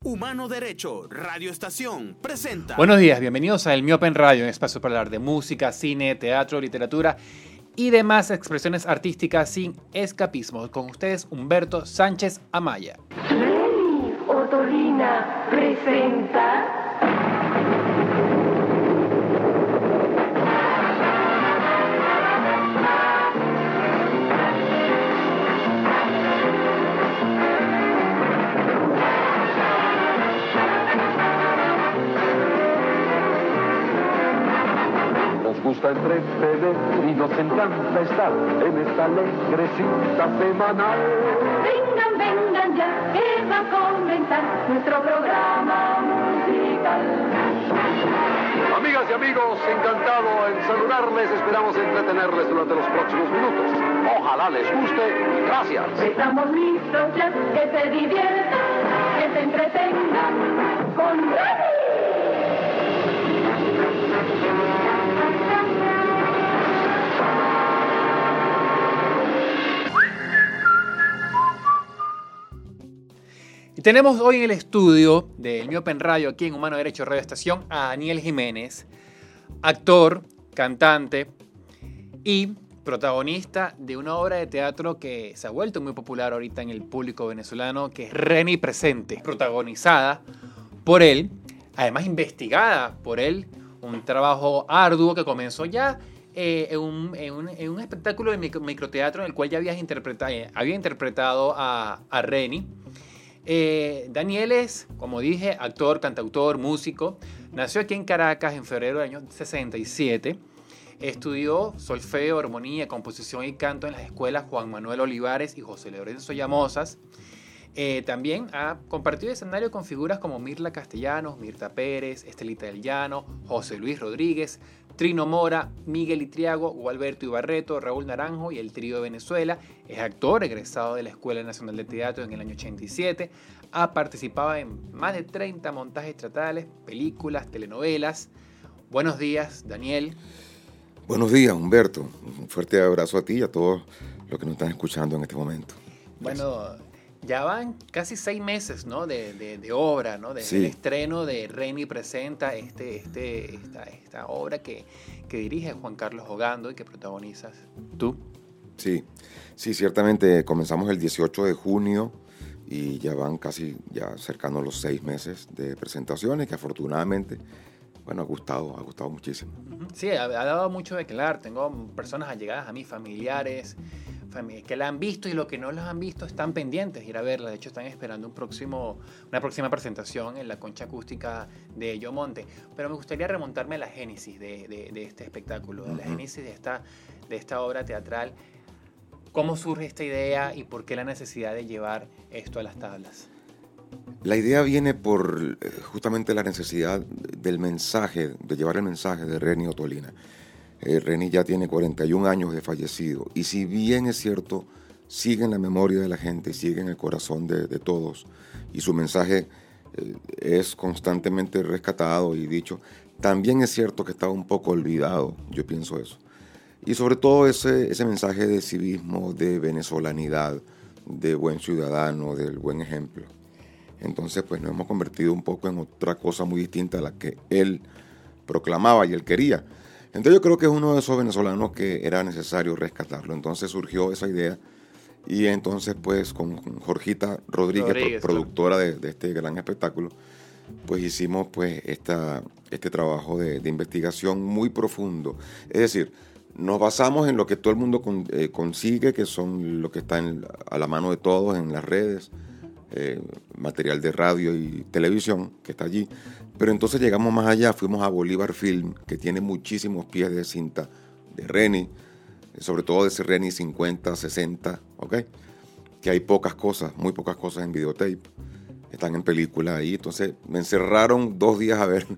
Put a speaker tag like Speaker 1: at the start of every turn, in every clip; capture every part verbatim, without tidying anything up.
Speaker 1: Humano Derecho, Radio Estación, presenta.
Speaker 2: Buenos días, bienvenidos a El Miope en Radio, un espacio para hablar de música, cine, teatro, literatura y demás expresiones artísticas sin escapismo. Con ustedes, Humberto Sánchez Amaya.
Speaker 3: Reni Otorrina presenta...
Speaker 4: Gusta entretener y nos encanta estar en esta alegre cita semanal.
Speaker 3: Vengan, vengan ya, que va a comenzar nuestro programa musical.
Speaker 4: Amigas y amigos, encantado en saludarles, esperamos entretenerles durante los próximos minutos. Ojalá les guste y gracias.
Speaker 3: Estamos listos ya, que se diviertan, que se entretengan con Reni.
Speaker 2: Y tenemos hoy en el estudio del Miope en Radio, aquí en Humano Derecho Radio Estación, a Daniel Jiménez, actor, cantante y protagonista de una obra de teatro que se ha vuelto muy popular ahorita en el público venezolano, que es Reni Presente, protagonizada por él, además investigada por él, un trabajo arduo que comenzó ya eh, en, un, en, un, en un espectáculo de micro, microteatro en el cual ya habías interpretado, eh, había interpretado a, a Reni. Eh, Daniel es, como dije, actor, cantautor, músico. Nació aquí en Caracas en febrero del año sesenta y siete. Estudió solfeo, armonía, composición y canto en las escuelas Juan Manuel Olivares y José Lorenzo Llamosas. Eh, también ha compartido escenario con figuras como Mirla Castellanos, Mirta Pérez, Estelita del Llano, José Luis Rodríguez, Trino Mora, Miguel Itriago, Gualberto Ibarreto, Raúl Naranjo y el Trío de Venezuela. Es actor egresado de la Escuela Nacional de Teatro en el año ochenta y siete. Ha participado en más de treinta montajes teatrales, películas, telenovelas. Buenos días, Daniel.
Speaker 5: Buenos días, Humberto. Un fuerte abrazo a ti y a todos los que nos están escuchando en este momento. Gracias.
Speaker 2: Bueno, ya van casi seis meses, ¿no? de, de, de obra, ¿no? Desde sí. el estreno de Reni Presenta, este, este, esta, esta obra que, que dirige Juan Carlos Ogando y que protagonizas tú.
Speaker 5: Sí, sí, ciertamente comenzamos el dieciocho de junio y ya van casi ya cercanos los seis meses de presentaciones que afortunadamente, bueno, ha gustado, ha gustado muchísimo.
Speaker 2: Sí, ha, ha dado mucho de claro. Tengo personas allegadas a mí, familiares, que la han visto y los que no las han visto están pendientes de ir a verla. De hecho, están esperando un próximo, una próxima presentación en la Concha Acústica de Yomonte. Pero me gustaría remontarme a la génesis de, de, de este espectáculo, de uh-huh. la génesis de esta, de esta obra teatral. ¿Cómo surge esta idea y por qué la necesidad de llevar esto a las tablas?
Speaker 5: La idea viene por justamente la necesidad del mensaje, de llevar el mensaje de Reni Otorrina. Eh, Reni ya tiene cuarenta y un años de fallecido y si bien es cierto, sigue en la memoria de la gente, sigue en el corazón de, de todos y su mensaje eh, es constantemente rescatado y dicho, también es cierto que estaba un poco olvidado, yo pienso eso. Y sobre todo ese, ese mensaje de civismo, de venezolanidad, de buen ciudadano, del buen ejemplo. Entonces pues nos hemos convertido un poco en otra cosa muy distinta a la que él proclamaba y él quería. Entonces yo creo que es uno de esos venezolanos que era necesario rescatarlo. Entonces surgió esa idea y entonces pues con Jorgita Rodríguez, Rodríguez pro, productora de, de este gran espectáculo, pues hicimos pues esta, este trabajo de, de investigación muy profundo. Es decir, nos basamos en lo que todo el mundo con, eh, consigue, que son lo que está en, a la mano de todos en las redes, eh, material de radio y televisión que está allí. Pero entonces llegamos más allá, fuimos a Bolívar Film, que tiene muchísimos pies de cinta de Reni, sobre todo de ese Reni cincuenta, sesenta, ¿ok? Que hay pocas cosas, muy pocas cosas en videotape, están en película ahí. Entonces me encerraron dos días a ver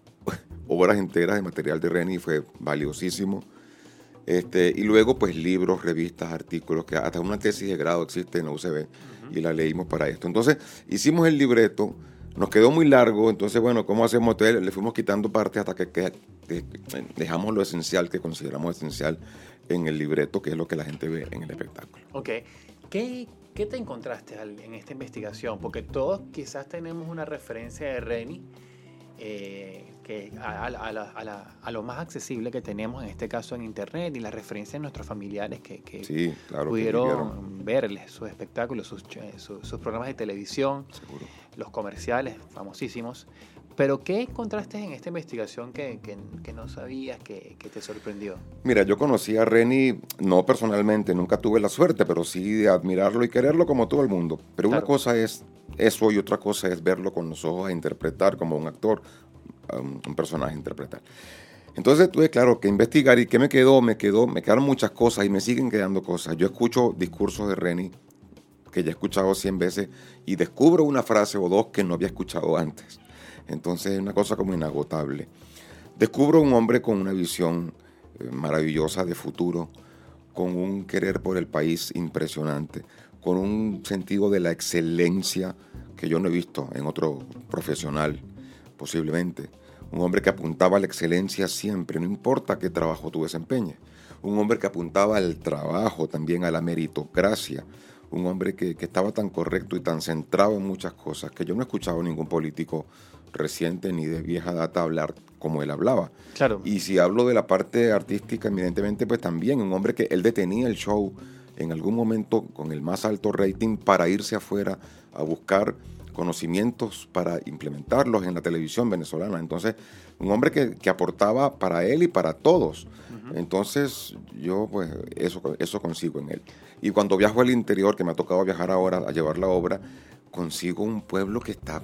Speaker 5: obras enteras de material de Reni y fue valiosísimo. Este, y luego pues libros, revistas, artículos, que hasta una tesis de grado existe en la U C B uh-huh. y la leímos para esto. Entonces hicimos el libreto. Nos quedó muy largo, entonces, bueno, ¿cómo hacemos? Entonces, le fuimos quitando partes hasta que, que, que dejamos lo esencial, que consideramos esencial en el libreto, que es lo que la gente ve en el espectáculo.
Speaker 2: Ok. ¿Qué, ¿Qué te encontraste al, en esta investigación? Porque todos quizás tenemos una referencia de Reni, eh, que a, a, a, la, a, la, a lo más accesible que tenemos en este caso en internet, y la referencia de nuestros familiares que, que
Speaker 5: sí, claro,
Speaker 2: pudieron que verles sus espectáculos, sus, sus, sus programas de televisión,
Speaker 5: seguro,
Speaker 2: los comerciales famosísimos. Pero ¿qué encontraste en esta investigación que, que, que no sabías, que, que te sorprendió?
Speaker 5: Mira, yo conocí a Reni, no personalmente, nunca tuve la suerte, pero sí de admirarlo y quererlo como todo el mundo. Pero claro, una cosa es eso y otra cosa es verlo con los ojos e interpretar como un actor, un, un personaje a interpretar. Entonces tuve, claro, que investigar. ¿Y qué me quedó? Me quedó, me quedaron muchas cosas y me siguen quedando cosas. Yo escucho discursos de Reni que ya he escuchado cien veces y descubro una frase o dos que no había escuchado antes. Entonces es una cosa como inagotable. Descubro un hombre con una visión eh, maravillosa de futuro, con un querer por el país impresionante, con un sentido de la excelencia que yo no he visto en otro profesional, posiblemente. Un hombre que apuntaba a la excelencia siempre, no importa qué trabajo tú desempeñes. Un hombre que apuntaba al trabajo, también a la meritocracia. Un hombre que, que estaba tan correcto y tan centrado en muchas cosas que yo no he escuchado a ningún político reciente ni de vieja data hablar como él hablaba.
Speaker 2: Claro.
Speaker 5: Y si hablo de la parte artística, evidentemente, pues también un hombre que él detenía el show en algún momento con el más alto rating para irse afuera a buscar conocimientos para implementarlos en la televisión venezolana. Entonces, un hombre que, que aportaba para él y para todos. Uh-huh. Entonces, yo pues eso, eso consigo en él. Y cuando viajo al interior, que me ha tocado viajar ahora a llevar la obra, consigo un pueblo que está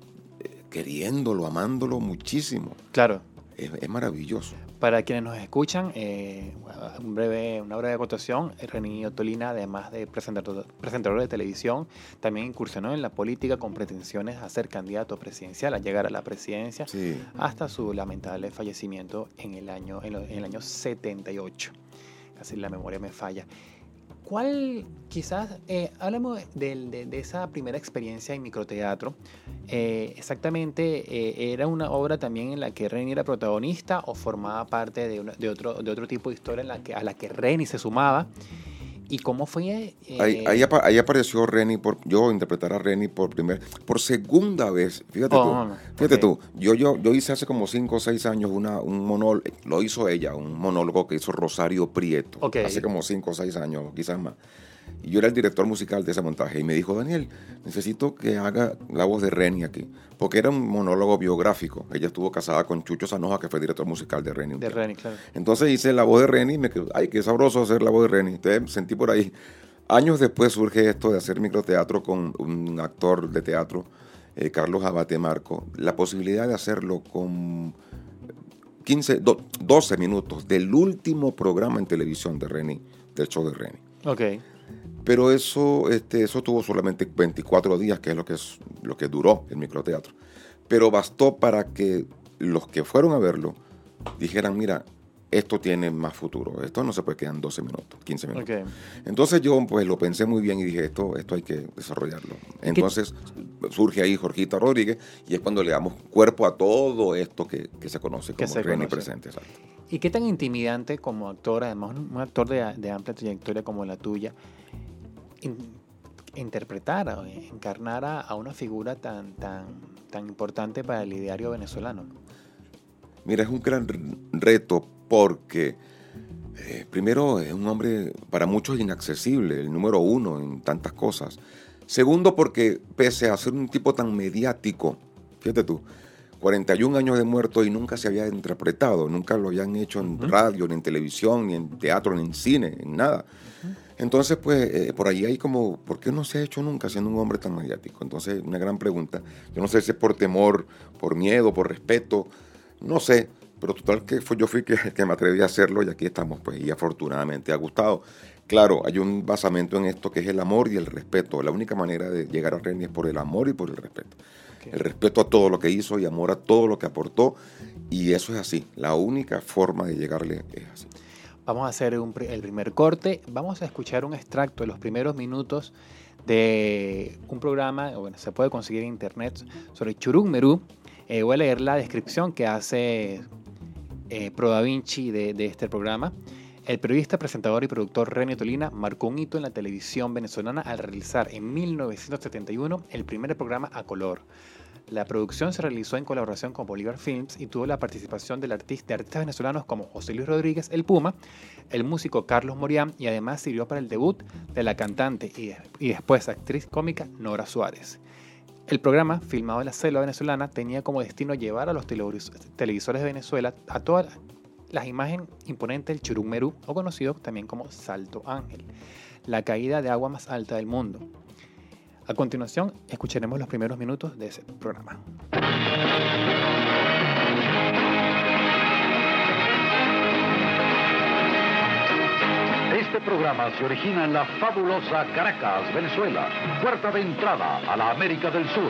Speaker 5: queriéndolo, amándolo muchísimo.
Speaker 2: Claro.
Speaker 5: Es, es maravilloso.
Speaker 2: Para quienes nos escuchan, eh, un breve, una breve acotación, Reni Ottolina, además de presentador, presentador de televisión, también incursionó en la política con pretensiones a ser candidato presidencial, a llegar a la presidencia,
Speaker 5: sí, hasta
Speaker 2: su lamentable fallecimiento en el año, en, lo, en el año setenta y ocho. Casi la memoria me falla. ¿Cuál, quizás, eh, háblame de, de, de esa primera experiencia en microteatro? Eh, exactamente, eh, ¿era una obra también en la que Reni era protagonista o formaba parte de, una, de, otro, de otro tipo de historia en la que, a la que Reni se sumaba? ¿Y cómo fue? Eh...
Speaker 5: Ahí, ahí, ahí apareció Reni, por, yo interpretar a Reni por primer, por segunda vez. Fíjate
Speaker 2: oh,
Speaker 5: tú,
Speaker 2: no, no.
Speaker 5: fíjate
Speaker 2: okay.
Speaker 5: tú. Yo, yo, yo hice hace como cinco o seis años una, un monólogo, lo hizo ella, un monólogo que hizo Rosario Prieto.
Speaker 2: Okay.
Speaker 5: Hace como cinco o seis años, quizás más. Y yo era el director musical de ese montaje. Y me dijo, Daniel, necesito que haga la voz de Reni aquí. Porque era un monólogo biográfico. Ella estuvo casada con Chucho Sanoja, que fue el director musical de Reni.
Speaker 2: De Reni, claro.
Speaker 5: Entonces hice la voz de Reni y me quedó, ay, qué sabroso hacer la voz de Reni. Entonces sentí por ahí. Años después surge esto de hacer microteatro con un actor de teatro, eh, Carlos Abate Marco. La posibilidad de hacerlo con quince, do, doce minutos del último programa en televisión de Reni, del show de Reni.
Speaker 2: Ok.
Speaker 5: Pero eso, este, eso tuvo solamente veinticuatro días, que es lo que, es lo que duró el microteatro. Pero bastó para que los que fueron a verlo dijeran, mira, esto tiene más futuro, esto no se puede quedar en doce minutos, quince minutos.
Speaker 2: Okay.
Speaker 5: Entonces yo pues lo pensé muy bien y dije, esto, esto hay que desarrollarlo. Entonces ¿Qué? surge ahí Jorgita Rodríguez y es cuando le damos cuerpo a todo esto que, que se conoce como Reni Presente. Exacto.
Speaker 2: ¿Y qué tan intimidante como actor, además un actor de, de amplia trayectoria como la tuya, in, interpretar o encarnar a, a una figura tan, tan, tan importante para el ideario venezolano?
Speaker 5: Mira, es un gran reto porque eh, primero es un hombre para muchos inaccesible, el número uno en tantas cosas. Segundo, porque pese a ser un tipo tan mediático, fíjate tú, cuarenta y un años de muerto y nunca se había interpretado, nunca lo habían hecho en uh-huh. radio, ni en televisión, ni en teatro, ni en cine, en nada. Uh-huh. Entonces, pues, eh, por ahí hay como, ¿por qué no se ha hecho nunca siendo un hombre tan mediático? Entonces, una gran pregunta. Yo no sé si es por temor, por miedo, por respeto, no sé, pero total que fue, yo fui que, que me atreví a hacerlo y aquí estamos, pues, y afortunadamente ha gustado. Claro, hay un basamento en esto que es el amor y el respeto. La única manera de llegar a Reni es por el amor y por el respeto. Okay. El respeto a todo lo que hizo y amor a todo lo que aportó, y eso es así. La única forma de llegarle es así.
Speaker 2: Vamos a hacer un, el primer corte. Vamos a escuchar un extracto de los primeros minutos de un programa, bueno, se puede conseguir en internet, sobre Churum Merú. Eh, voy a leer la descripción que hace eh, Pro Da Vinci de, de este programa. El periodista, presentador y productor Reni Tolina marcó un hito en la televisión venezolana al realizar en mil novecientos setenta y uno el primer programa a color. La producción se realizó en colaboración con Bolívar Films y tuvo la participación del artista, de artistas venezolanos como José Luis Rodríguez, el Puma, el músico Carlos Morián, y además sirvió para el debut de la cantante y, y después actriz cómica Nora Suárez. El programa, filmado en la selva venezolana, tenía como destino llevar a los televisores de Venezuela a todas las imágenes imponentes del Churún Merú, o conocido también como Salto Ángel, la caída de agua más alta del mundo. A continuación, escucharemos los primeros minutos de ese programa.
Speaker 6: Este programa se origina en la fabulosa Caracas, Venezuela, puerta de entrada a la América del Sur.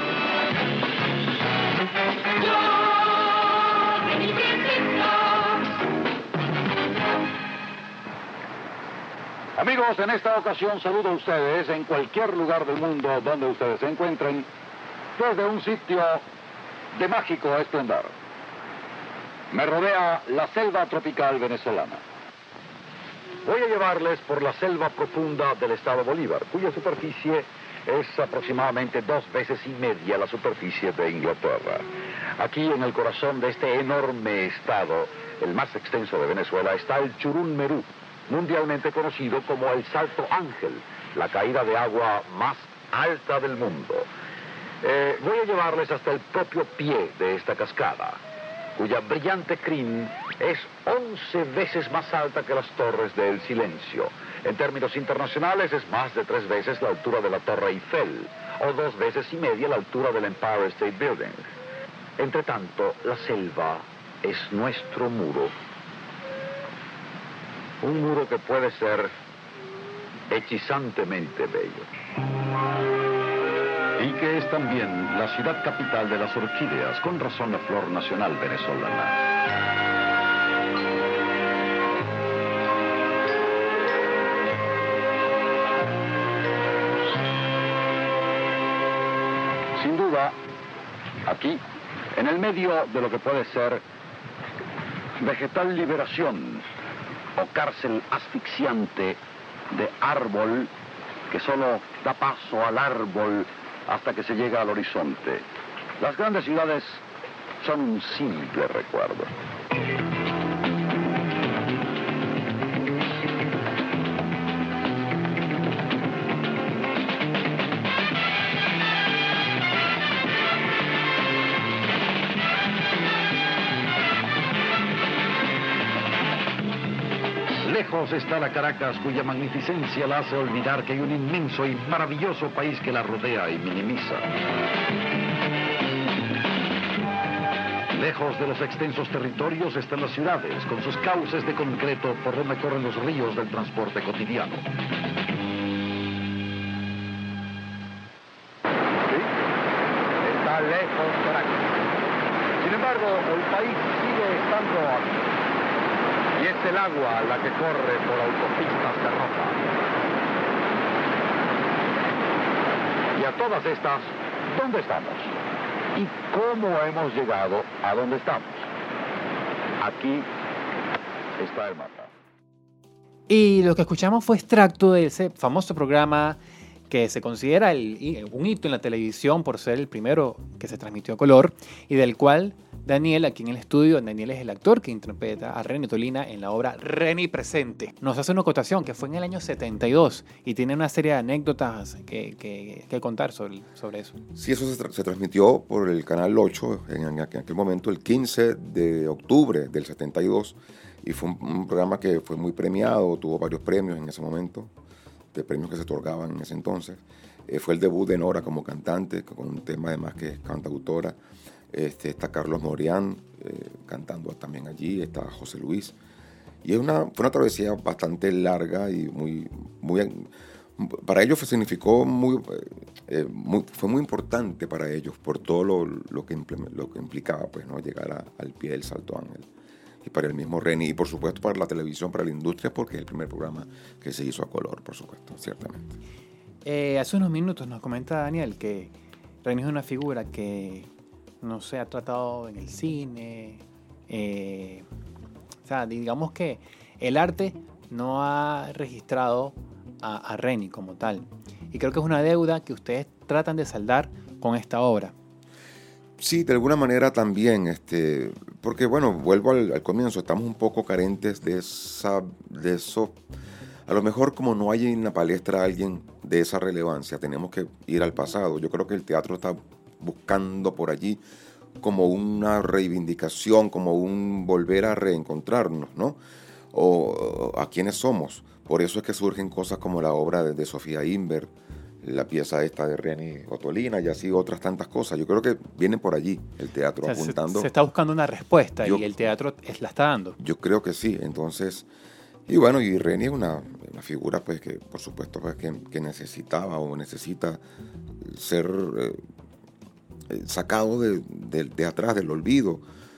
Speaker 6: Amigos, en esta ocasión saludo a ustedes en cualquier lugar del mundo donde ustedes se encuentren, desde un sitio de mágico esplendor. Me rodea la selva tropical venezolana. Voy a llevarles por la selva profunda del estado Bolívar, cuya superficie es aproximadamente dos veces y media la superficie de Inglaterra. Aquí, en el corazón de este enorme estado, el más extenso de Venezuela, está el Churún Merú, mundialmente conocido como el Salto Ángel, la caída de agua más alta del mundo. Eh, voy a llevarles hasta el propio pie de esta cascada, cuya brillante crin es once veces más alta que las torres del Silencio. En términos internacionales es más de tres veces la altura de la Torre Eiffel, o dos veces y media la altura del Empire State Building. Entre tanto, la selva es nuestro muro. Un muro que puede ser hechizantemente bello. Y que es también la ciudad capital de las orquídeas, con razón la flor nacional venezolana. Sin duda, aquí, en el medio de lo que puede ser Vegetal Liberación, o cárcel asfixiante de árbol que solo da paso al árbol hasta que se llega al horizonte. Las grandes ciudades son un simple recuerdo. Lejos está la Caracas, cuya magnificencia la hace olvidar que hay un inmenso y maravilloso país que la rodea y minimiza. Lejos de los extensos territorios están las ciudades, con sus cauces de concreto por donde corren los ríos del transporte cotidiano. Sí, está lejos Caracas. Sin embargo, el país sigue estando aquí. Y es el agua la que corre por autopistas de roca. Y a todas estas, ¿dónde estamos? ¿Y cómo hemos llegado a donde estamos? Aquí está el mapa.
Speaker 2: Y lo que escuchamos fue extracto de ese famoso programa que se considera el, un hito en la televisión por ser el primero que se transmitió a color, y del cual Daniel, aquí en el estudio, Daniel es el actor que interpreta a Reni Tolina en la obra Reni Presente. Nos hace una acotación que fue en el año setenta y dos y tiene una serie de anécdotas que, que, que contar sobre, sobre eso.
Speaker 5: Sí, eso se, tra- se transmitió por el Canal ocho en, en aquel momento, el quince de octubre del setenta y dos, y fue un, un programa que fue muy premiado, tuvo varios premios en ese momento, de premios que se otorgaban en ese entonces. Eh, fue el debut de Nora como cantante, con un tema además que es cantautora. Este, está Carlos Morián eh, cantando también allí, está José Luis. Y es una, fue una travesía bastante larga y muy, muy para ellos significó muy, eh, muy, fue muy importante para ellos por todo lo, lo, que, lo que implicaba, pues, ¿no? Llegar a, al pie del Salto Ángel. Y para el mismo Reni, y por supuesto para la televisión, para la industria, porque es el primer programa que se hizo a color, por supuesto, ciertamente.
Speaker 2: Eh, hace unos minutos nos comenta Daniel que Reni es una figura que no se ha tratado en el cine. Eh, o sea, digamos que el arte no ha registrado a, a Reni como tal. Y creo que es una deuda que ustedes tratan de saldar con esta obra.
Speaker 5: Sí, de alguna manera también, este, porque bueno, vuelvo al, al comienzo, estamos un poco carentes de esa, de eso. A lo mejor como no hay en la palestra alguien de esa relevancia, tenemos que ir al pasado. Yo creo que el teatro está buscando por allí como una reivindicación, como un volver a reencontrarnos, ¿no? O, o a quiénes somos. Por eso es que surgen cosas como la obra de, de Sofía Inver, la pieza esta de Reni Ottolina y así otras tantas cosas. Yo creo que viene por allí el teatro, o sea, apuntando.
Speaker 2: Se, se está buscando una respuesta
Speaker 5: yo,
Speaker 2: y el teatro es, la está dando.
Speaker 5: Yo creo que sí. Entonces, y bueno, y Reni es una, una figura pues que por supuesto pues, que, que necesitaba o necesita ser eh, sacado de, de, de atrás, del olvido.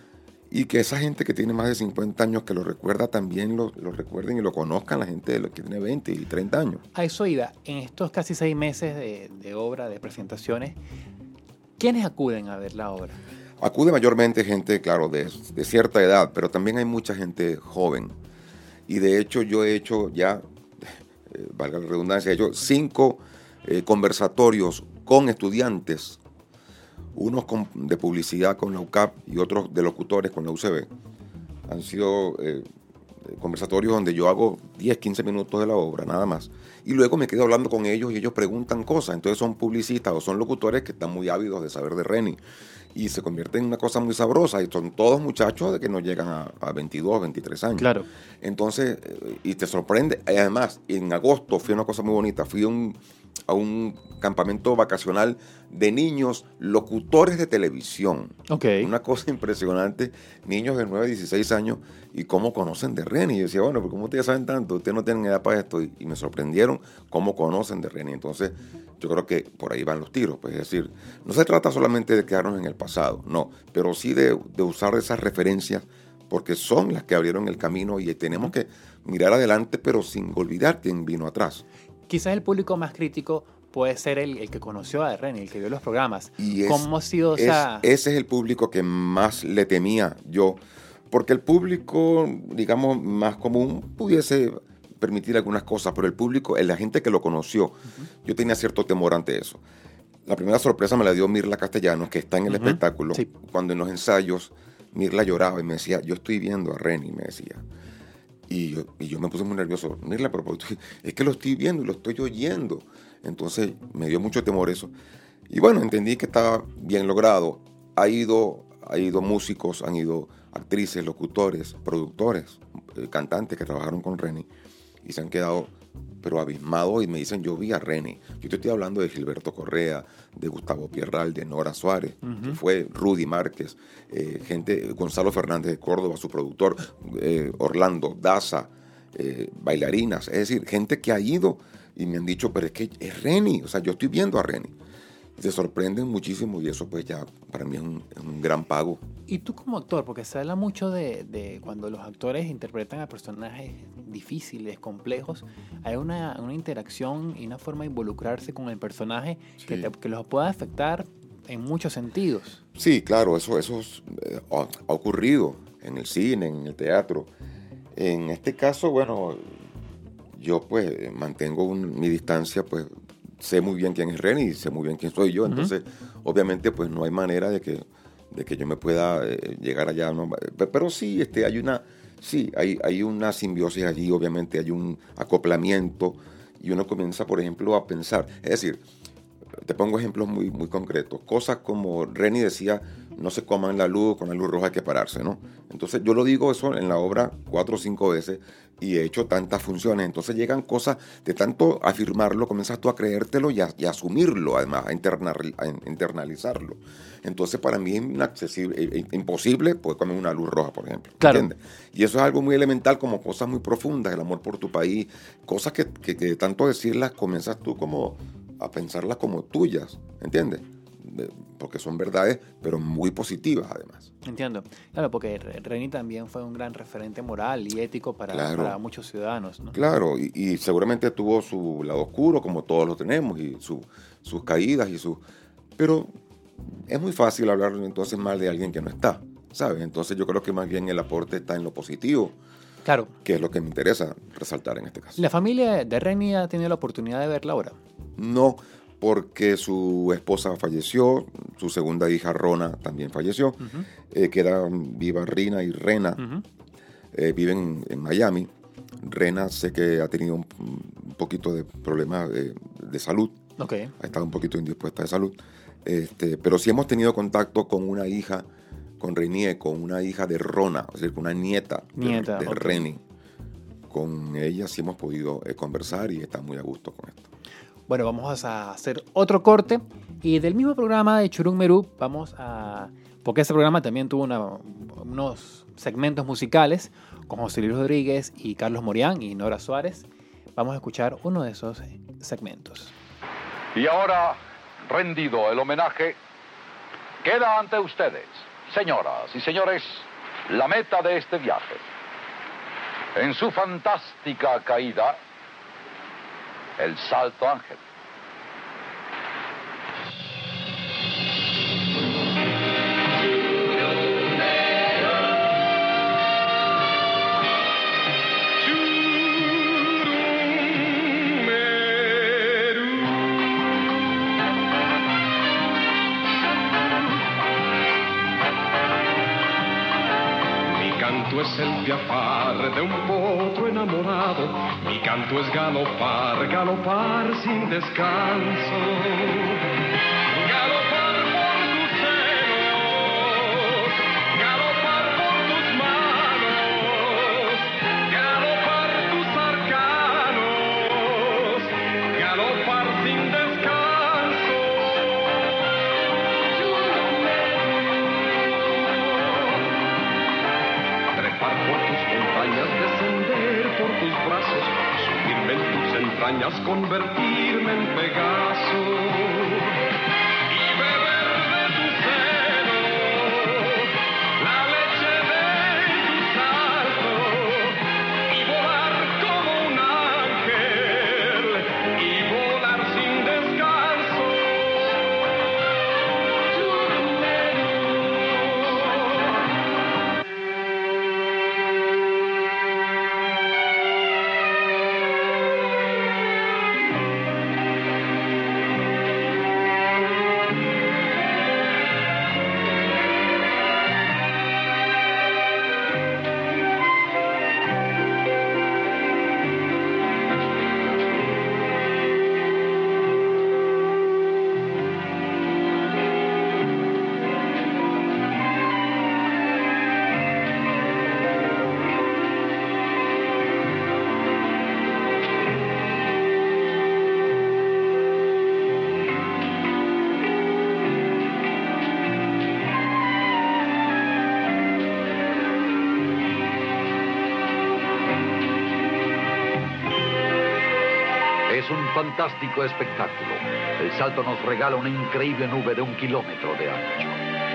Speaker 5: Y que esa gente que tiene más de cincuenta años que lo recuerda también lo, lo recuerden y lo conozcan, la gente que tiene veinte y treinta años.
Speaker 2: A eso iba. En estos casi seis meses de, de obra, de presentaciones, ¿quiénes acuden a ver la obra?
Speaker 5: Acude mayormente gente, claro, de, de cierta edad, pero también hay mucha gente joven. Y de hecho yo he hecho ya, eh, valga la redundancia, he hecho cinco eh, conversatorios con estudiantes, unos con, de publicidad con la U C A P y otros de locutores con la U C B. Han sido eh, conversatorios donde yo hago diez, quince minutos de la obra, nada más. Y luego me quedo hablando con ellos y ellos preguntan cosas. Entonces son publicistas o son locutores que están muy ávidos de saber de Reni. Y se convierte en una cosa muy sabrosa. Y son todos muchachos de que no llegan a, a veintidós, veintitrés años.
Speaker 2: Claro.
Speaker 5: Entonces, eh, y te sorprende. Además, en agosto fui a una cosa muy bonita. Fui a un... a un campamento vacacional de niños locutores de televisión.
Speaker 2: Okay.
Speaker 5: Una cosa impresionante, niños de nueve, dieciséis años, y cómo conocen de Reni. Y yo decía, bueno, pero ¿cómo ustedes saben tanto? Ustedes no tienen edad para esto. Y, y me sorprendieron cómo conocen de Reni. Entonces, yo creo que por ahí van los tiros. Pues, es decir, no se trata solamente de quedarnos en el pasado, no, pero sí de, de usar esas referencias porque son las que abrieron el camino y tenemos que mirar adelante, pero sin olvidar quién vino atrás.
Speaker 2: Quizás el público más crítico puede ser el, el que conoció a Reni, el que vio los programas.
Speaker 5: Y es,
Speaker 2: ¿Cómo ha sido
Speaker 5: es,
Speaker 2: esa...?
Speaker 5: Ese es el público que más le temía yo, porque el público, digamos, más común pudiese permitir algunas cosas, pero el público, la gente que lo conoció, uh-huh. yo tenía cierto temor ante eso. La primera sorpresa me la dio Mirla Castellanos, que está en el uh-huh. espectáculo, sí. Cuando en los ensayos Mirla lloraba y me decía, yo estoy viendo a Reni, me decía. Y yo, y yo me puse muy nervioso. Mirla, pero, pero es que lo estoy viendo y lo estoy oyendo. Entonces me dio mucho temor eso. Y bueno, entendí que estaba bien logrado. Ha ido, ha ido músicos, han ido actrices, locutores, productores, eh, cantantes que trabajaron con Reni y se han quedado pero abismados y me dicen, yo vi a Reni. Yo te estoy hablando de Gilberto Correa, de Gustavo Pierral, de Nora Suárez, uh-huh. que fue Rudy Márquez, eh, gente, Gonzalo Fernández de Córdoba, su productor, eh, Orlando Daza, eh, bailarinas, es decir, gente que ha ido y me han dicho, pero es que es Reni, o sea, yo estoy viendo a Reni. Se sorprenden muchísimo y eso pues ya para mí es un, es un gran pago.
Speaker 2: Y tú como actor, porque se habla mucho de, de cuando los actores interpretan a personajes difíciles, complejos, hay una, una interacción y una forma de involucrarse con el personaje sí. que, te, que los pueda afectar en muchos sentidos.
Speaker 5: Sí, claro, eso, eso eh, ha, ha ocurrido en el cine, en el teatro. En este caso, bueno, yo pues mantengo un, mi distancia, pues sé muy bien quién es Reni y sé muy bien quién soy yo, uh-huh. entonces obviamente pues no hay manera de que, de que yo me pueda eh, llegar allá, ¿no? Pero sí, este, hay una, sí, hay, hay una simbiosis allí, obviamente hay un acoplamiento y uno comienza, por ejemplo, a pensar, es decir, te pongo ejemplos muy, muy concretos, cosas como Reni decía, no se coman la luz, con la luz roja hay que pararse, ¿no? Entonces yo lo digo eso en la obra cuatro o cinco veces y he hecho tantas funciones, entonces llegan cosas, de tanto afirmarlo, comienzas tú a creértelo y a, y a asumirlo, además, a, internar, a internalizarlo. Entonces para mí es inaccesible, imposible poder comer una luz roja, por ejemplo.
Speaker 2: Claro.
Speaker 5: ¿Entiendes? Y eso es algo muy elemental, como cosas muy profundas, el amor por tu país, cosas que, que, que de tanto decirlas comienzas tú como a pensarlas como tuyas, ¿entiendes? Porque son verdades, pero muy positivas además.
Speaker 2: Entiendo. Claro, porque Reni también fue un gran referente moral y ético para, claro. para muchos ciudadanos, ¿no?
Speaker 5: Claro, y, y seguramente tuvo su lado oscuro, como todos lo tenemos, y su, sus caídas y sus... Pero es muy fácil hablar entonces mal de alguien que no está, ¿sabes? Entonces yo creo que más bien el aporte está en lo positivo,
Speaker 2: Claro.
Speaker 5: Que es lo que me interesa resaltar en este caso.
Speaker 2: ¿La familia de Reni ha tenido la oportunidad de verla ahora?
Speaker 5: No, porque su esposa falleció, su segunda hija Rona también falleció, uh-huh. eh, quedan viva Rina y Rena, uh-huh. eh, viven en, en Miami. Rena sé que ha tenido un, un poquito de problemas de, de salud,
Speaker 2: okay.
Speaker 5: ha estado un poquito indispuesta de salud, este, pero sí hemos tenido contacto con una hija, con Renier, con una hija de Rona, es decir, con una nieta, nieta de, de okay. Reni. Con ella sí hemos podido eh, conversar y está muy a gusto con esto.
Speaker 2: Bueno, vamos a hacer otro corte y del mismo programa de Churum Merú vamos a... Porque ese programa también tuvo una, unos segmentos musicales con José Luis Rodríguez y Carlos Morián y Nora Suárez. Vamos a escuchar uno de esos segmentos.
Speaker 6: Y ahora, rendido el homenaje, queda ante ustedes, señoras y señores, la meta de este viaje. En su fantástica caída, el Salto Ángel.
Speaker 7: Es el piafar de un potro enamorado, mi canto es galopar, galopar sin descanso. Galopar por tus senos, galopar por tus manos, galopar tus arcanos, galopar sin descanso. Trepar por tus montañas, descender por tus brazos, subirme en tus entrañas, convertirme en Pegaso. Y beber de tu seno la leche de tu salto, y volar como un ángel, y volar sin descanso.
Speaker 6: Es un fantástico espectáculo. El salto nos regala una increíble nube de un kilómetro de ancho.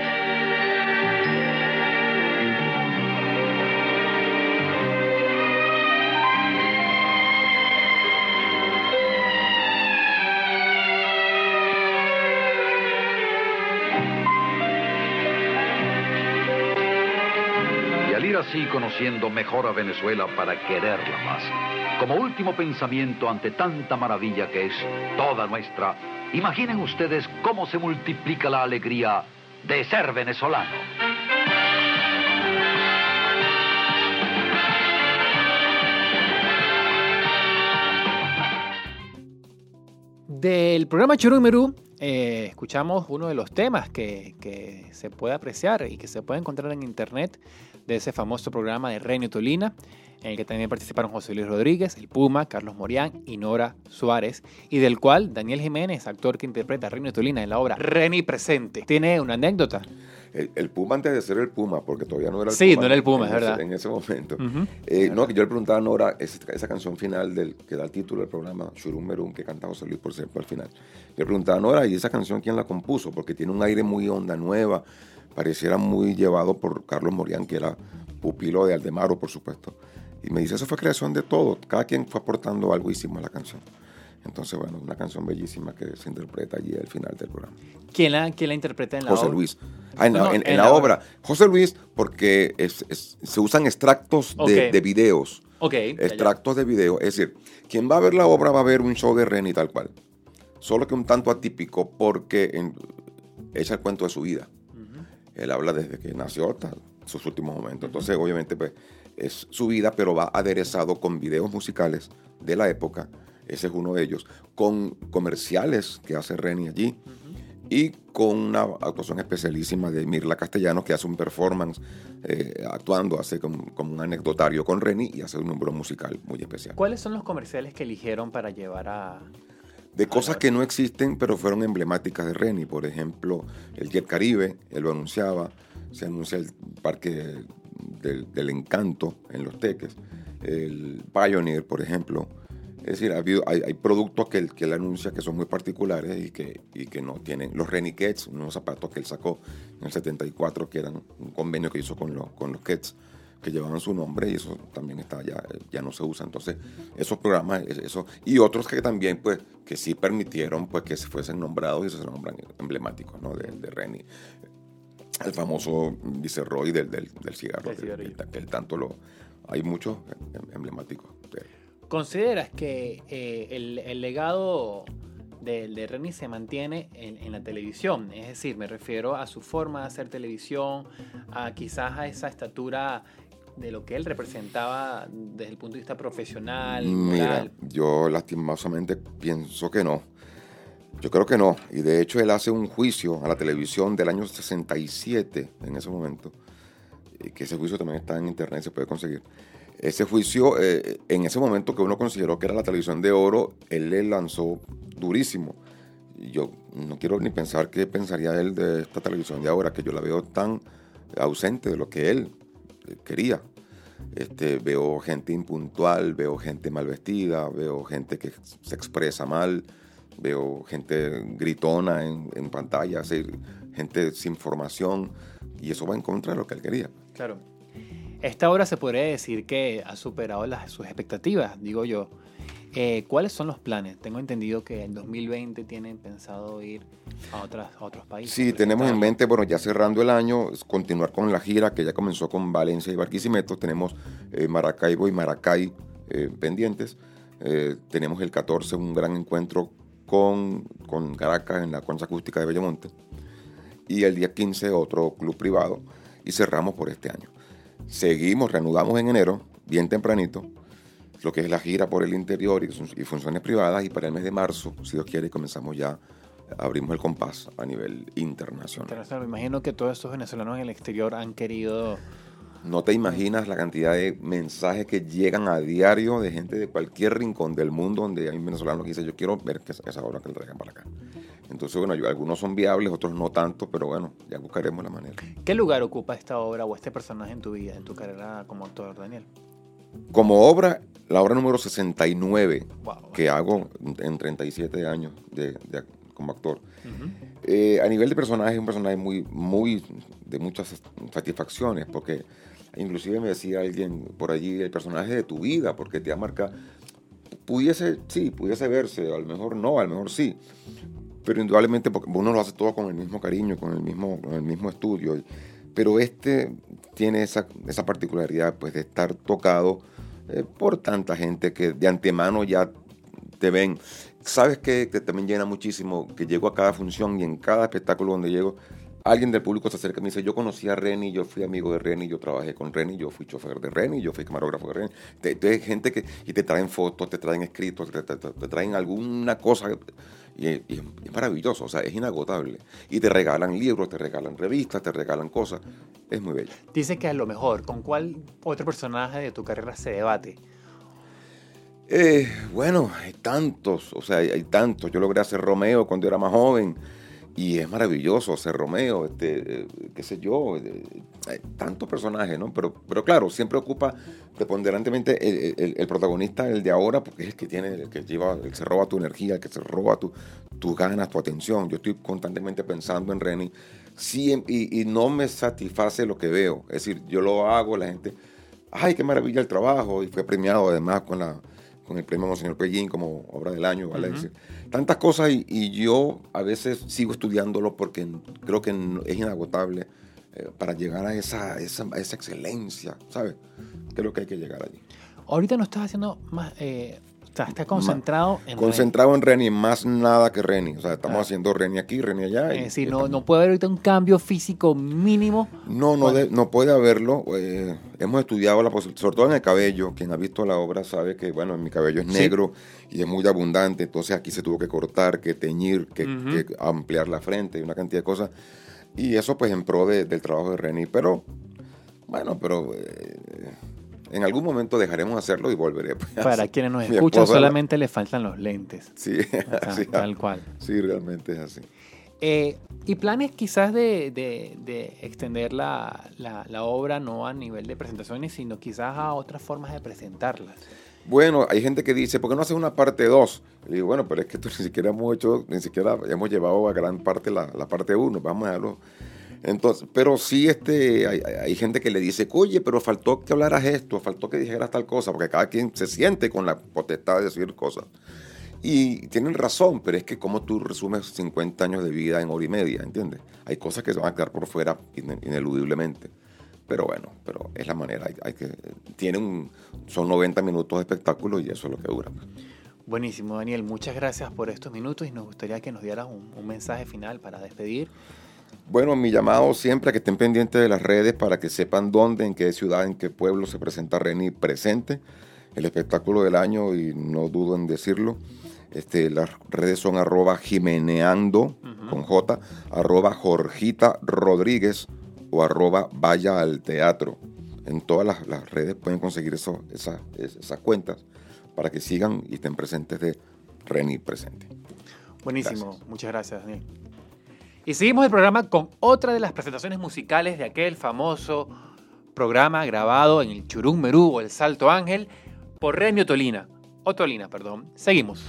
Speaker 6: Y al ir así conociendo mejor a Venezuela para quererla más, como último pensamiento ante tanta maravilla que es toda nuestra, imaginen ustedes cómo se multiplica la alegría de ser venezolano.
Speaker 2: Del programa Churum Merú eh, escuchamos uno de los temas que, que se puede apreciar y que se puede encontrar en internet de ese famoso programa de Reni Tolina, en el que también participaron José Luis Rodríguez, el Puma, Carlos Morián y Nora Suárez, y del cual Daniel Jiménez, actor que interpreta a Reni Tolina en la obra Reni Presente, tiene una anécdota.
Speaker 5: El, el Puma antes de ser el Puma, porque todavía no era el
Speaker 2: sí,
Speaker 5: Puma.
Speaker 2: Sí, no era el Puma,
Speaker 5: es
Speaker 2: verdad.
Speaker 5: Ese, en ese momento.
Speaker 2: Uh-huh.
Speaker 5: Eh, no, que yo le preguntaba a Nora, esa, esa canción final del, que da el título del programa, Churum Merú, que canta José Luis, por ejemplo, al final. Yo le preguntaba a Nora, ¿y esa canción quién la compuso? Porque tiene un aire muy onda nueva, pareciera muy llevado por Carlos Morián, que era pupilo de Aldemaro, por supuesto. Y me dice, eso fue creación de todo, cada quien fue aportando algo y hicimos la canción. Entonces, bueno, una canción bellísima que se interpreta allí al final del programa.
Speaker 2: ¿Quién la, quién la interpreta en la
Speaker 5: José
Speaker 2: obra?
Speaker 5: Luis. Ah, en,
Speaker 2: No,
Speaker 5: la,
Speaker 2: no,
Speaker 5: en,
Speaker 2: en
Speaker 5: en
Speaker 2: la
Speaker 5: la
Speaker 2: obra.
Speaker 5: obra. José Luis, porque es, es- se usan extractos de,
Speaker 2: Ok.
Speaker 5: de videos.
Speaker 2: Ok. ya, ya.
Speaker 5: Extractos de videos. Es decir, quien va a ver la obra va a ver un show de Renny tal cual. Solo que un tanto atípico porque en- echa el cuento de su vida.
Speaker 2: Ujú.
Speaker 5: Él habla desde que nació hasta sus últimos momentos. Entonces, obviamente, pues, es su vida, pero va aderezado con videos musicales de la época. Ese es uno de ellos. Con comerciales que hace Renny allí. Y con una actuación especialísima de Mirla Castellanos, que hace un performance eh, actuando, hace como, como un anecdotario con Renny y hace un número musical muy especial.
Speaker 2: ¿Cuáles son los comerciales que eligieron para llevar a...?
Speaker 5: De cosas que no existen, pero fueron emblemáticas de Renny. Por ejemplo, el Jet Caribe, él lo anunciaba. Se anuncia el Parque del, del Encanto en Los Teques. El Pioneer, por ejemplo. Es decir, ha habido- hay, hay productos que él, que él anuncia que son muy particulares y que, y que no tienen. Los Renny Kets, unos zapatos que él sacó en el setenta y cuatro, que eran un convenio que hizo con, los con los Kets, que llevaban su nombre, y eso también está ya, ya no se usa. Entonces, esos programas, eso, y otros que también, pues, que sí permitieron, pues, que se fuesen nombrados y se nombran emblemáticos, ¿no? De, de Renny. El famoso Viceroy del, del, del cigarro,
Speaker 2: Del
Speaker 5: que,
Speaker 2: cigarrillo.
Speaker 5: que, que él tanto lo... Hay muchos emblemáticos de él.
Speaker 2: ¿Consideras que eh, el, el legado de, de Renny se mantiene en, en la televisión? Es decir, me refiero a su forma de hacer televisión, a quizás a esa estatura de lo que él representaba desde el punto de vista profesional,
Speaker 5: Mira,
Speaker 2: moral.
Speaker 5: yo lastimosamente pienso que no. Yo creo que no. Y de hecho él hace un juicio a la televisión del año sesenta y siete, en ese momento, eh, que ese juicio también está en internet, se puede conseguir. Ese juicio, eh, en ese momento que uno consideró que era la televisión de oro, él le lanzó durísimo. Y yo no quiero ni pensar qué pensaría él de esta televisión de ahora, que yo la veo tan ausente de lo que él eh, quería. Este, veo gente impuntual, veo gente mal vestida, veo gente que se expresa mal, veo gente gritona en, en pantalla, así, gente sin formación, y eso va en contra de lo que él quería.
Speaker 2: Claro. Esta obra se podría decir que ha superado las, sus expectativas, digo yo. Eh, ¿Cuáles son los planes? Tengo entendido que en dos mil veinte tienen pensado ir a, otras, a otros países.
Speaker 5: Sí, tenemos en mente, bueno, ya cerrando el año, es continuar con la gira que ya comenzó con Valencia y Barquisimeto. Tenemos eh, Maracaibo y Maracay eh, pendientes. Eh, tenemos el catorce un gran encuentro con, con Caracas en la Concha Acústica de Bellomonte. Y el día quince otro club privado. Y cerramos por este año. Seguimos, reanudamos en enero, bien tempranito, lo que es la gira por el interior y, y funciones privadas. Y para el mes de marzo, si Dios quiere, comenzamos ya, abrimos el compás a nivel internacional.
Speaker 2: Internacional. Me imagino que todos estos venezolanos en el exterior han querido...
Speaker 5: No te imaginas la cantidad de mensajes que llegan a diario de gente de cualquier rincón del mundo donde hay venezolanos que dicen, yo quiero ver que esa obra que la traigan para acá. Entonces, bueno, yo, algunos son viables, otros no tanto, pero bueno, ya buscaremos la manera.
Speaker 2: ¿Qué lugar ocupa esta obra o este personaje en tu vida, en tu carrera como actor, Daniel?
Speaker 5: Como obra, la obra número sesenta y nueve
Speaker 2: Wow.
Speaker 5: que hago en treinta y siete años de, de, como actor.
Speaker 2: Uh-huh.
Speaker 5: Eh, a nivel de personaje, es un personaje muy, muy de muchas satisfacciones, porque inclusive me decía alguien por allí, el personaje de tu vida, porque te ha marcado. Pudiese, sí, pudiese verse, a lo mejor no, a lo mejor sí, pero indudablemente porque uno lo hace todo con el mismo cariño, con el mismo, con el mismo estudio, y, pero este tiene esa, esa particularidad, pues, de estar tocado eh, por tanta gente que de antemano ya te ven. ¿Sabes qué? Que también llena muchísimo, que llego a cada función y en cada espectáculo donde llego, alguien del público se acerca y me dice, yo conocí a Renny, yo fui amigo de Renny, yo trabajé con Renny, yo fui chofer de Renny, yo fui camarógrafo de Renny. Entonces, gente que, y te traen fotos, te traen escritos, te, te, te traen alguna cosa, y, y es maravilloso, o sea, es inagotable. Y te regalan libros, te regalan revistas, te regalan cosas, es muy bello.
Speaker 2: Dice que a lo mejor, ¿con cuál otro personaje de tu carrera se debate?
Speaker 5: Eh, bueno, hay tantos, o sea, hay, hay tantos. Yo logré hacer Romeo cuando era más joven y es maravilloso ser Romeo, este, eh, qué sé yo, eh, hay tantos personajes, ¿no? Pero, pero claro, siempre ocupa preponderantemente el, el, el protagonista, el de ahora, porque es el que tiene, el que lleva, el que se roba tu energía, el que se roba tu, tus ganas, tu atención. Yo estoy constantemente pensando en Renny, sí, y, y no me satisface lo que veo. Es decir, yo lo hago, la gente, ay, qué maravilla el trabajo, y fue premiado además con la con el premio Monseñor Pellín como obra del año, Valencia. Uh-huh. Tantas cosas y, y yo a veces sigo estudiándolo porque creo que es inagotable eh, para llegar a esa, esa, a esa excelencia, ¿sabes? Creo que hay que llegar allí.
Speaker 2: Ahorita no estás haciendo más... Eh... O sea, está concentrado
Speaker 5: Ma,
Speaker 2: en
Speaker 5: Concentrado
Speaker 2: Reni.
Speaker 5: en Reni, más nada que Reni. O sea, estamos ah. haciendo Reni aquí, Reni allá.
Speaker 2: Es decir, no, no puede haber ahorita un cambio físico mínimo.
Speaker 5: No, no, de, no puede haberlo. Eh, hemos estudiado la posibilidad, sobre todo en el cabello. Quien ha visto la obra sabe que, bueno, mi cabello es negro sí. y es muy abundante. Entonces aquí se tuvo que cortar, que teñir, que, uh-huh. que ampliar la frente y una cantidad de cosas. Y eso pues en pro de, del trabajo de Reni. Pero, bueno, pero... Eh, en algún momento dejaremos hacerlo y volveré. Pues,
Speaker 2: Para quienes nos escuchan, solamente le faltan los lentes.
Speaker 5: Sí,
Speaker 2: o sea, tal cual.
Speaker 5: Sí, realmente es así.
Speaker 2: Eh, ¿Y planes quizás de, de, de extender la, la, la obra no a nivel de presentaciones, sino quizás a otras formas de presentarla?
Speaker 5: Bueno, hay gente que dice, ¿por qué no haces una parte dos? Y digo, bueno, pero es que esto ni siquiera hemos hecho, ni siquiera hemos llevado a gran parte la, la parte uno. Vamos a dejarlo. Entonces, pero sí este, hay, hay gente que le dice, oye, pero faltó que hablaras esto, faltó que dijeras tal cosa, porque cada quien se siente con la potestad de decir cosas. Y tienen razón, pero es que como tú resumes cincuenta años de vida en hora y media, ¿entiendes? Hay cosas que se van a quedar por fuera ineludiblemente. Pero bueno, pero es la manera. Hay, hay que, tienen un, son noventa minutos de espectáculo y eso es lo que dura.
Speaker 2: Buenísimo, Daniel. Muchas gracias por estos minutos y nos gustaría que nos dieras un, un mensaje final para despedir.
Speaker 5: Bueno, mi llamado siempre a que estén pendientes de las redes para que sepan dónde, en qué ciudad, en qué pueblo se presenta Reni presente, el espectáculo del año, y no dudo en decirlo. Este, las redes son arroba jimeneando, uh-huh. con J, arroba Jorgita Rodríguez o arroba vaya al teatro. En todas las, las redes pueden conseguir eso, esas, esas cuentas para que sigan y estén presentes de Reni presente.
Speaker 2: Buenísimo,
Speaker 5: gracias.
Speaker 2: Muchas gracias, Daniel. Y seguimos el programa con otra de las presentaciones musicales de aquel famoso programa grabado en el Churum Merú o el Salto Ángel por Reni Ottolina. Ottolina, perdón. Seguimos.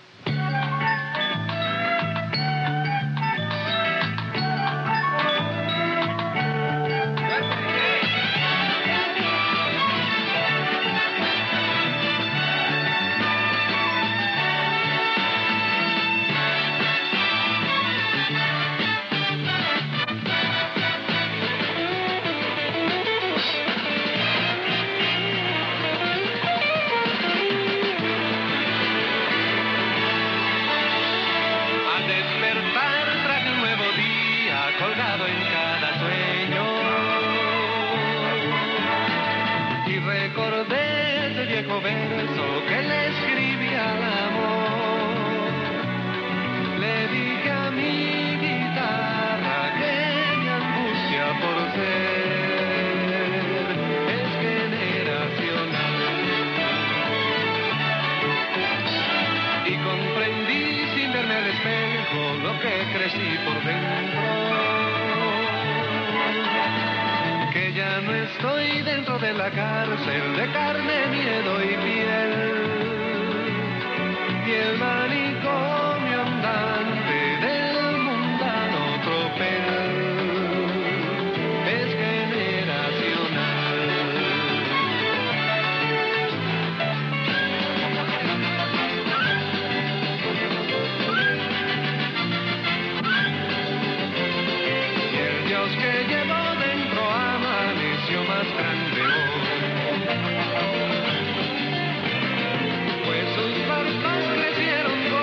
Speaker 8: Estoy dentro de la cárcel de carne, miedo y piel, y el manicomio andante del mundano tropel es generacional. Y el Dios que llevó dentro amaneció más grande hoy, pues sus barbas crecieron.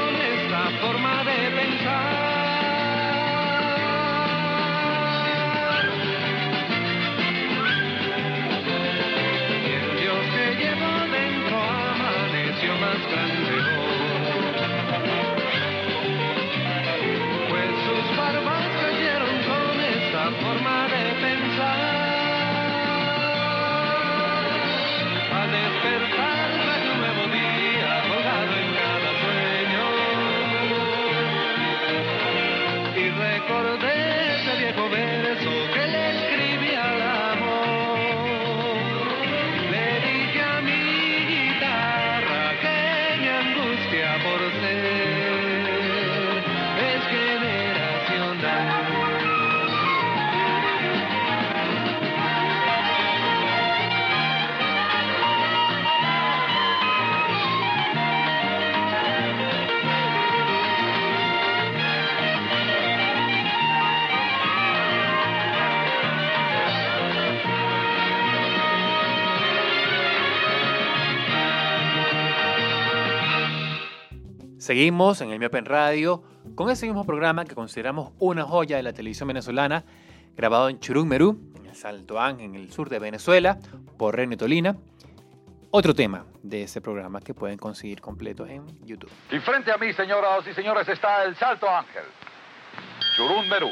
Speaker 2: Seguimos en el Miopen Radio con ese mismo programa que consideramos una joya de la televisión venezolana, grabado en Churún Merú, en el Salto Ángel, en el sur de Venezuela, por Renio Tolina. Otro tema de ese programa que pueden conseguir completo en YouTube.
Speaker 6: Y frente a mí, señoras y señores, está el Salto Ángel, Churún Merú.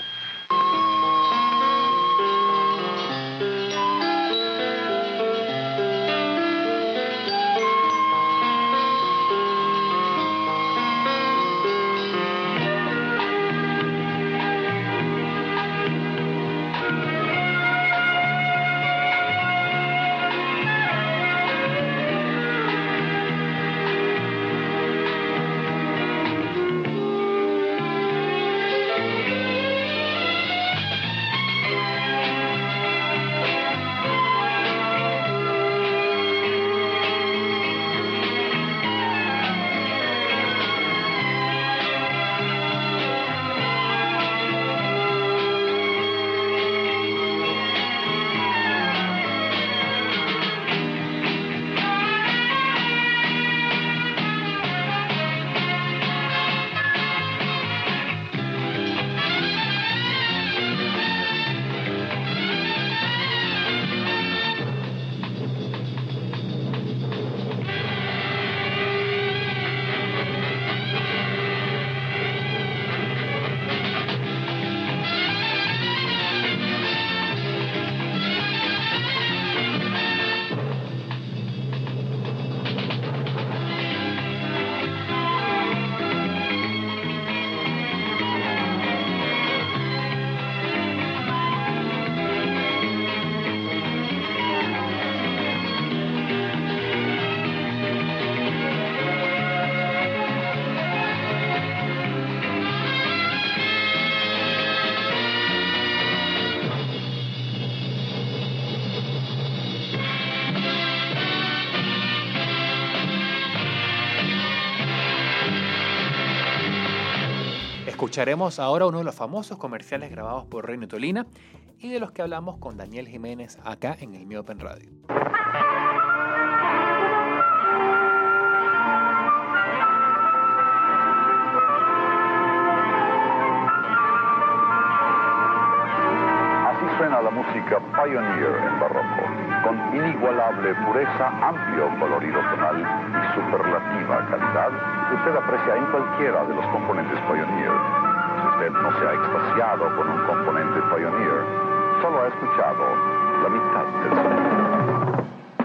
Speaker 2: Escucharemos ahora uno de los famosos comerciales grabados por Renio Tolina y de los que hablamos con Daniel Jiménez acá en el Miopen Radio.
Speaker 6: Así suena la música Pioneer en barroco, con inigualable pureza, amplio colorido tonal y superlativa calidad que usted aprecia en cualquiera de los componentes Pioneer. Si usted no se ha extasiado con un componente Pioneer, solo ha escuchado la mitad del sonido.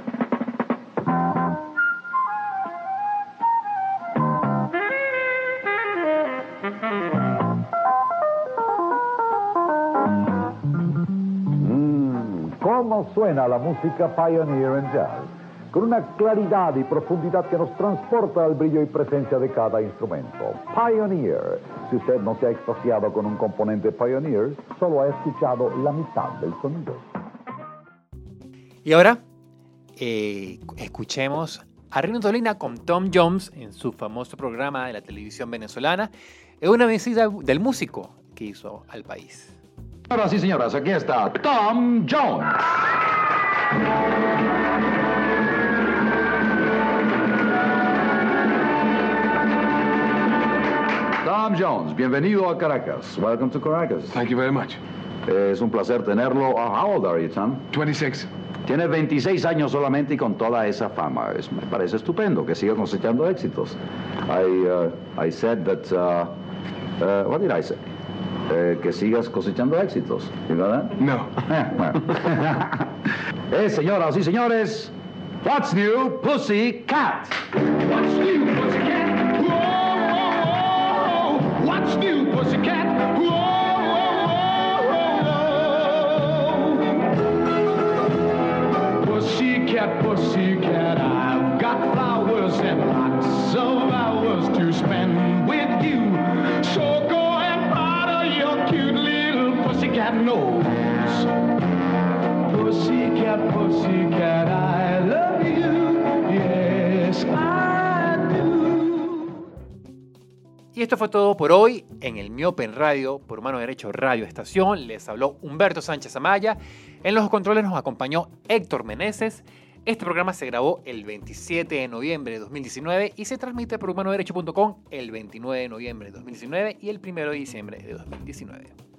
Speaker 9: ¿Cómo suena la música Pioneer en jazz? Con una claridad y profundidad que nos transporta al brillo y presencia de cada instrumento. Pioneer. Si usted no se ha extasiado con un componente Pioneer, solo ha escuchado la mitad del sonido.
Speaker 2: Y ahora, eh, escuchemos a Renio Tolina con Tom Jones en su famoso programa de la televisión venezolana, en una visita del músico que hizo al país.
Speaker 6: Ahora sí, señoras, aquí está Tom Jones. Tom Jones, bienvenido a Caracas. Welcome to Caracas.
Speaker 10: Thank you very much.
Speaker 6: Es un placer tenerlo. Uh, how old are you, Tom?
Speaker 10: twenty-six.
Speaker 6: Tiene veintiséis años solamente y con toda esa fama. Es, me parece estupendo que siga cosechando éxitos. I, uh, I said that... Uh, uh, what did I say? Eh, que sigas cosechando éxitos, ¿verdad?
Speaker 10: No.
Speaker 6: eh, señoras y señores, What's New, Pussycat?
Speaker 8: What's new, Pussycat? Whoa, whoa, whoa. What's new, Pussycat? Whoa, whoa, whoa. Pussycat, Pussycat, I've got flowers and lots of hours to spend with you. So go cute little pussycat nose. Pussycat, pussycat, I love you. Yes, I do.
Speaker 2: Y esto fue todo por hoy en el Miopen Radio, por Mano Derecho Radio Estación. Les habló Humberto Sánchez Amaya. En los controles nos acompañó Héctor Meneses. Este programa se grabó el veintisiete de noviembre de dos mil diecinueve y se transmite por humano derecho punto com el veintinueve de noviembre de dos mil diecinueve y el primero de diciembre de dos mil diecinueve.